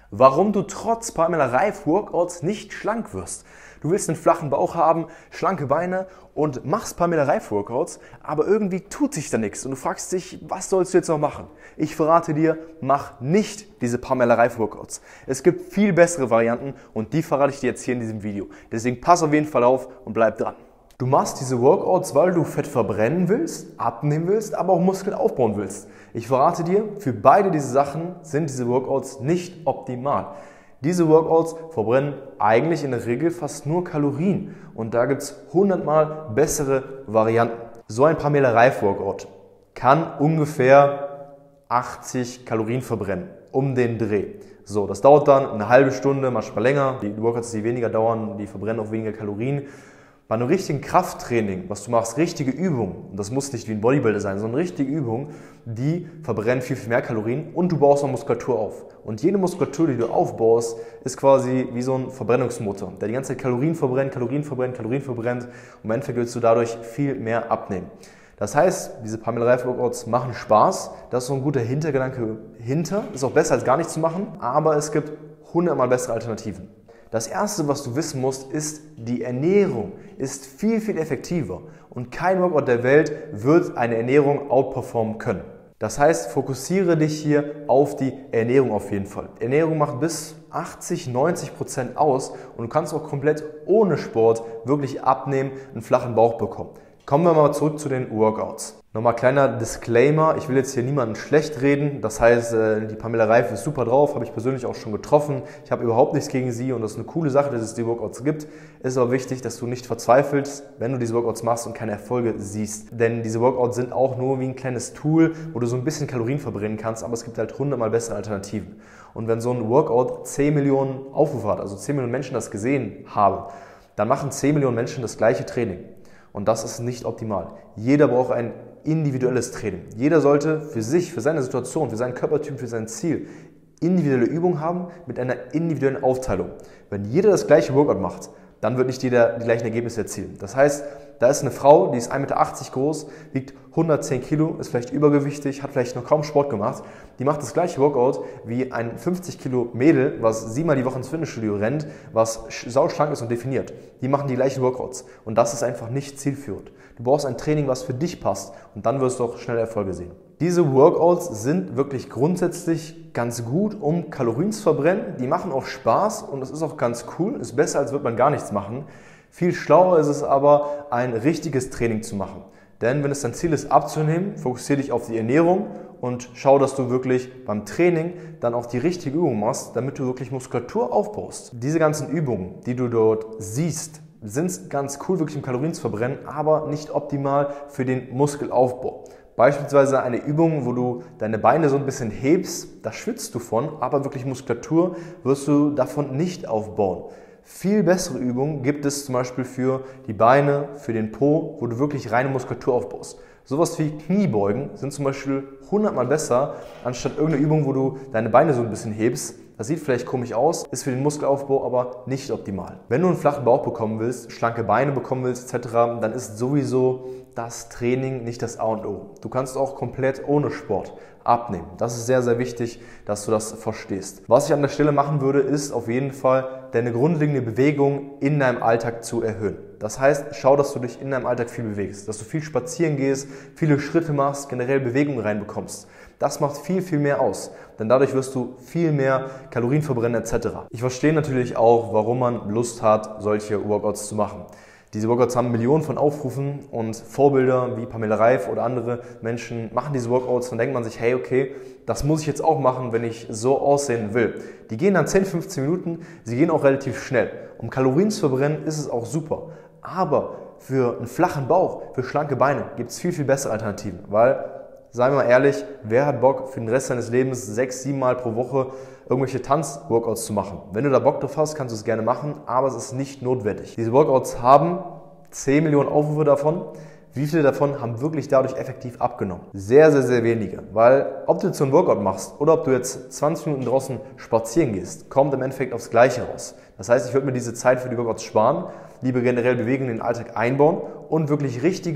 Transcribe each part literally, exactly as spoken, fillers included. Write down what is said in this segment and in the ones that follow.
Warum du trotz Pamela Reif Workouts nicht schlank wirst. Du willst einen flachen Bauch haben, schlanke Beine und machst Pamela Reif Workouts, aber irgendwie tut sich da nichts und du fragst dich, was sollst du jetzt noch machen? Ich verrate dir, mach nicht diese Pamela Reif Workouts. Es gibt viel bessere Varianten und die verrate ich dir jetzt hier in diesem Video. Deswegen pass auf jeden Fall auf und bleib dran. Du machst diese Workouts, weil du Fett verbrennen willst, abnehmen willst, aber auch Muskeln aufbauen willst. Ich verrate dir, für beide diese Sachen sind diese Workouts nicht optimal. Diese Workouts verbrennen eigentlich in der Regel fast nur Kalorien und da gibt es hundertmal bessere Varianten. So ein Pamela Reif Workout kann ungefähr achtzig Kalorien verbrennen, um den Dreh. So, das dauert dann eine halbe Stunde, manchmal länger. Die Workouts, die weniger dauern, die verbrennen auch weniger Kalorien. Bei einem richtigen Krafttraining, was du machst, richtige Übungen, und das muss nicht wie ein Bodybuilder sein, sondern richtige Übungen, die verbrennen viel, viel mehr Kalorien und du baust noch Muskulatur auf. Und jede Muskulatur, die du aufbaust, ist quasi wie so ein Verbrennungsmotor, der die ganze Zeit Kalorien verbrennt, Kalorien verbrennt, Kalorien verbrennt und im Endeffekt willst du dadurch viel mehr abnehmen. Das heißt, diese Pamela Reif Workouts machen Spaß, das ist so ein guter Hintergedanke hinter, ist auch besser als gar nichts zu machen, aber es gibt hundertmal bessere Alternativen. Das erste, was du wissen musst, ist, die Ernährung ist viel, viel effektiver und kein Workout der Welt wird eine Ernährung outperformen können. Das heißt, fokussiere dich hier auf die Ernährung auf jeden Fall. Ernährung macht bis achtzig, neunzig Prozent aus und du kannst auch komplett ohne Sport wirklich abnehmen, einen flachen Bauch bekommen. Kommen wir mal zurück zu den Workouts. Nochmal kleiner Disclaimer, ich will jetzt hier niemanden schlecht reden, das heißt, die Pamela Reif ist super drauf, habe ich persönlich auch schon getroffen, ich habe überhaupt nichts gegen sie und das ist eine coole Sache, dass es die Workouts gibt. Es ist aber wichtig, dass du nicht verzweifelst, wenn du diese Workouts machst und keine Erfolge siehst, denn diese Workouts sind auch nur wie ein kleines Tool, wo du so ein bisschen Kalorien verbrennen kannst, aber es gibt halt hundertmal bessere Alternativen. Und wenn so ein Workout zehn Millionen Aufrufe hat, also zehn Millionen Menschen das gesehen haben, dann machen zehn Millionen Menschen das gleiche Training. Und das ist nicht optimal. Jeder braucht ein individuelles Training. Jeder sollte für sich, für seine Situation, für seinen Körpertyp, für sein Ziel individuelle Übungen haben mit einer individuellen Aufteilung. Wenn jeder das gleiche Workout macht, dann wird nicht jeder die gleichen Ergebnisse erzielen. Das heißt, da ist eine Frau, die ist ein Meter achtzig groß, wiegt hundertzehn Kilo, ist vielleicht übergewichtig, hat vielleicht noch kaum Sport gemacht. Die macht das gleiche Workout wie ein fünfzig Kilo Mädel, was siebenmal die Woche ins Fitnessstudio rennt, was sauschlank ist und definiert. Die machen die gleichen Workouts und das ist einfach nicht zielführend. Du brauchst ein Training, was für dich passt und dann wirst du auch schnell Erfolge sehen. Diese Workouts sind wirklich grundsätzlich ganz gut, um Kalorien zu verbrennen. Die machen auch Spaß und es ist auch ganz cool. Ist besser, als würde man gar nichts machen. Viel schlauer ist es aber, ein richtiges Training zu machen. Denn wenn es dein Ziel ist, abzunehmen, fokussiere dich auf die Ernährung und schau, dass du wirklich beim Training dann auch die richtige Übung machst, damit du wirklich Muskulatur aufbaust. Diese ganzen Übungen, die du dort siehst, sind ganz cool, wirklich im Kalorien zu verbrennen, aber nicht optimal für den Muskelaufbau. Beispielsweise eine Übung, wo du deine Beine so ein bisschen hebst, da schwitzt du von, aber wirklich Muskulatur wirst du davon nicht aufbauen. Viel bessere Übungen gibt es zum Beispiel für die Beine, für den Po, wo du wirklich reine Muskulatur aufbaust. Sowas wie Kniebeugen sind zum Beispiel hundertmal besser, anstatt irgendeine Übung, wo du deine Beine so ein bisschen hebst. Das sieht vielleicht komisch aus, ist für den Muskelaufbau aber nicht optimal. Wenn du einen flachen Bauch bekommen willst, schlanke Beine bekommen willst et cetera, dann ist sowieso das Training nicht das A und O. Du kannst auch komplett ohne Sport abnehmen. Das ist sehr, sehr wichtig, dass du das verstehst. Was ich an der Stelle machen würde, ist auf jeden Fall deine grundlegende Bewegung in deinem Alltag zu erhöhen. Das heißt, schau, dass du dich in deinem Alltag viel bewegst, dass du viel spazieren gehst, viele Schritte machst, generell Bewegung reinbekommst. Das macht viel, viel mehr aus, denn dadurch wirst du viel mehr Kalorien verbrennen et cetera. Ich verstehe natürlich auch, warum man Lust hat, solche Workouts zu machen. Diese Workouts haben Millionen von Aufrufen und Vorbilder wie Pamela Reif oder andere Menschen machen diese Workouts, dann denkt man sich, hey, okay, das muss ich jetzt auch machen, wenn ich so aussehen will. Die gehen dann zehn, fünfzehn Minuten, sie gehen auch relativ schnell. Um Kalorien zu verbrennen, ist es auch super. Aber für einen flachen Bauch, für schlanke Beine gibt es viel, viel bessere Alternativen, weil, seien wir mal ehrlich, wer hat Bock für den Rest seines Lebens sechs, sieben Mal pro Woche irgendwelche Tanz-Workouts zu machen? Wenn du da Bock drauf hast, kannst du es gerne machen, aber es ist nicht notwendig. Diese Workouts haben zehn Millionen Aufrufe davon. Wie viele davon haben wirklich dadurch effektiv abgenommen? Sehr, sehr, sehr wenige. Weil ob du jetzt so einen Workout machst oder ob du jetzt zwanzig Minuten draußen spazieren gehst, kommt im Endeffekt aufs Gleiche raus. Das heißt, ich würde mir diese Zeit für die Workouts sparen, lieber generell Bewegung in den Alltag einbauen und wirklich richtige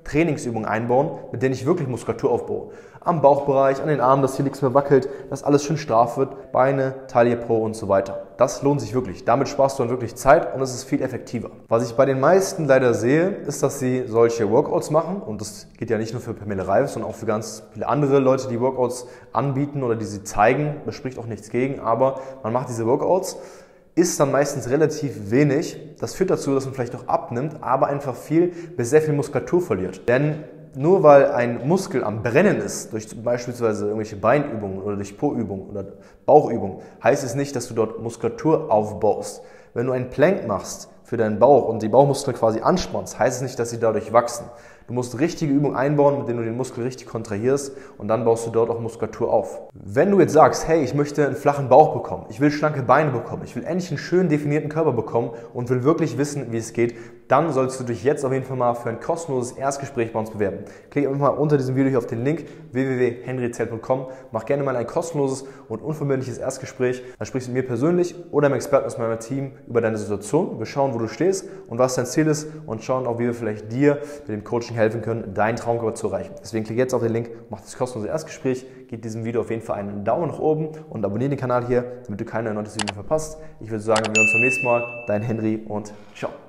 Trainingsübungen einbauen, mit denen ich wirklich Muskulatur aufbaue. Am Bauchbereich, an den Armen, dass hier nichts mehr wackelt, dass alles schön straff wird, Beine, Taille, Po und so weiter. Das lohnt sich wirklich. Damit sparst du dann wirklich Zeit und es ist viel effektiver. Was ich bei den meisten leider sehe, ist, dass sie solche Workouts machen, und das geht ja nicht nur für Pamela Reif, sondern auch für ganz viele andere Leute, die Workouts anbieten oder die sie zeigen. Da spricht auch nichts gegen, aber man macht diese Workouts, ist dann meistens relativ wenig. Das führt dazu, dass man vielleicht auch abnimmt, aber einfach viel bis sehr viel Muskulatur verliert. Denn nur weil ein Muskel am Brennen ist, durch beispielsweise irgendwelche Beinübungen oder durch Po-Übungen oder Bauchübungen, heißt es nicht, dass du dort Muskulatur aufbaust. Wenn du einen Plank machst für deinen Bauch und die Bauchmuskeln quasi anspannst, heißt es nicht, dass sie dadurch wachsen. Du musst richtige Übungen einbauen, mit denen du den Muskel richtig kontrahierst, und dann baust du dort auch Muskulatur auf. Wenn du jetzt sagst, hey, ich möchte einen flachen Bauch bekommen, ich will schlanke Beine bekommen, ich will endlich einen schön definierten Körper bekommen und will wirklich wissen, wie es geht, dann solltest du dich jetzt auf jeden Fall mal für ein kostenloses Erstgespräch bei uns bewerben. Klick einfach mal unter diesem Video hier auf den Link w w w punkt henry zelt punkt com, mach gerne mal ein kostenloses und unverbindliches Erstgespräch. Dann sprichst du mit mir persönlich oder einem Experten aus meinem Team über deine Situation. Wir schauen, wo du stehst und was dein Ziel ist, und schauen auch, wie wir vielleicht dir mit dem Coaching helfen können, deinen Traumkörper zu erreichen. Deswegen klick jetzt auf den Link, mach das kostenlose Erstgespräch, gib diesem Video auf jeden Fall einen Daumen nach oben und abonniere den Kanal hier, damit du keine neuen Videos verpasst. Ich würde sagen, wir sehen uns beim nächsten Mal. Dein Henry und ciao.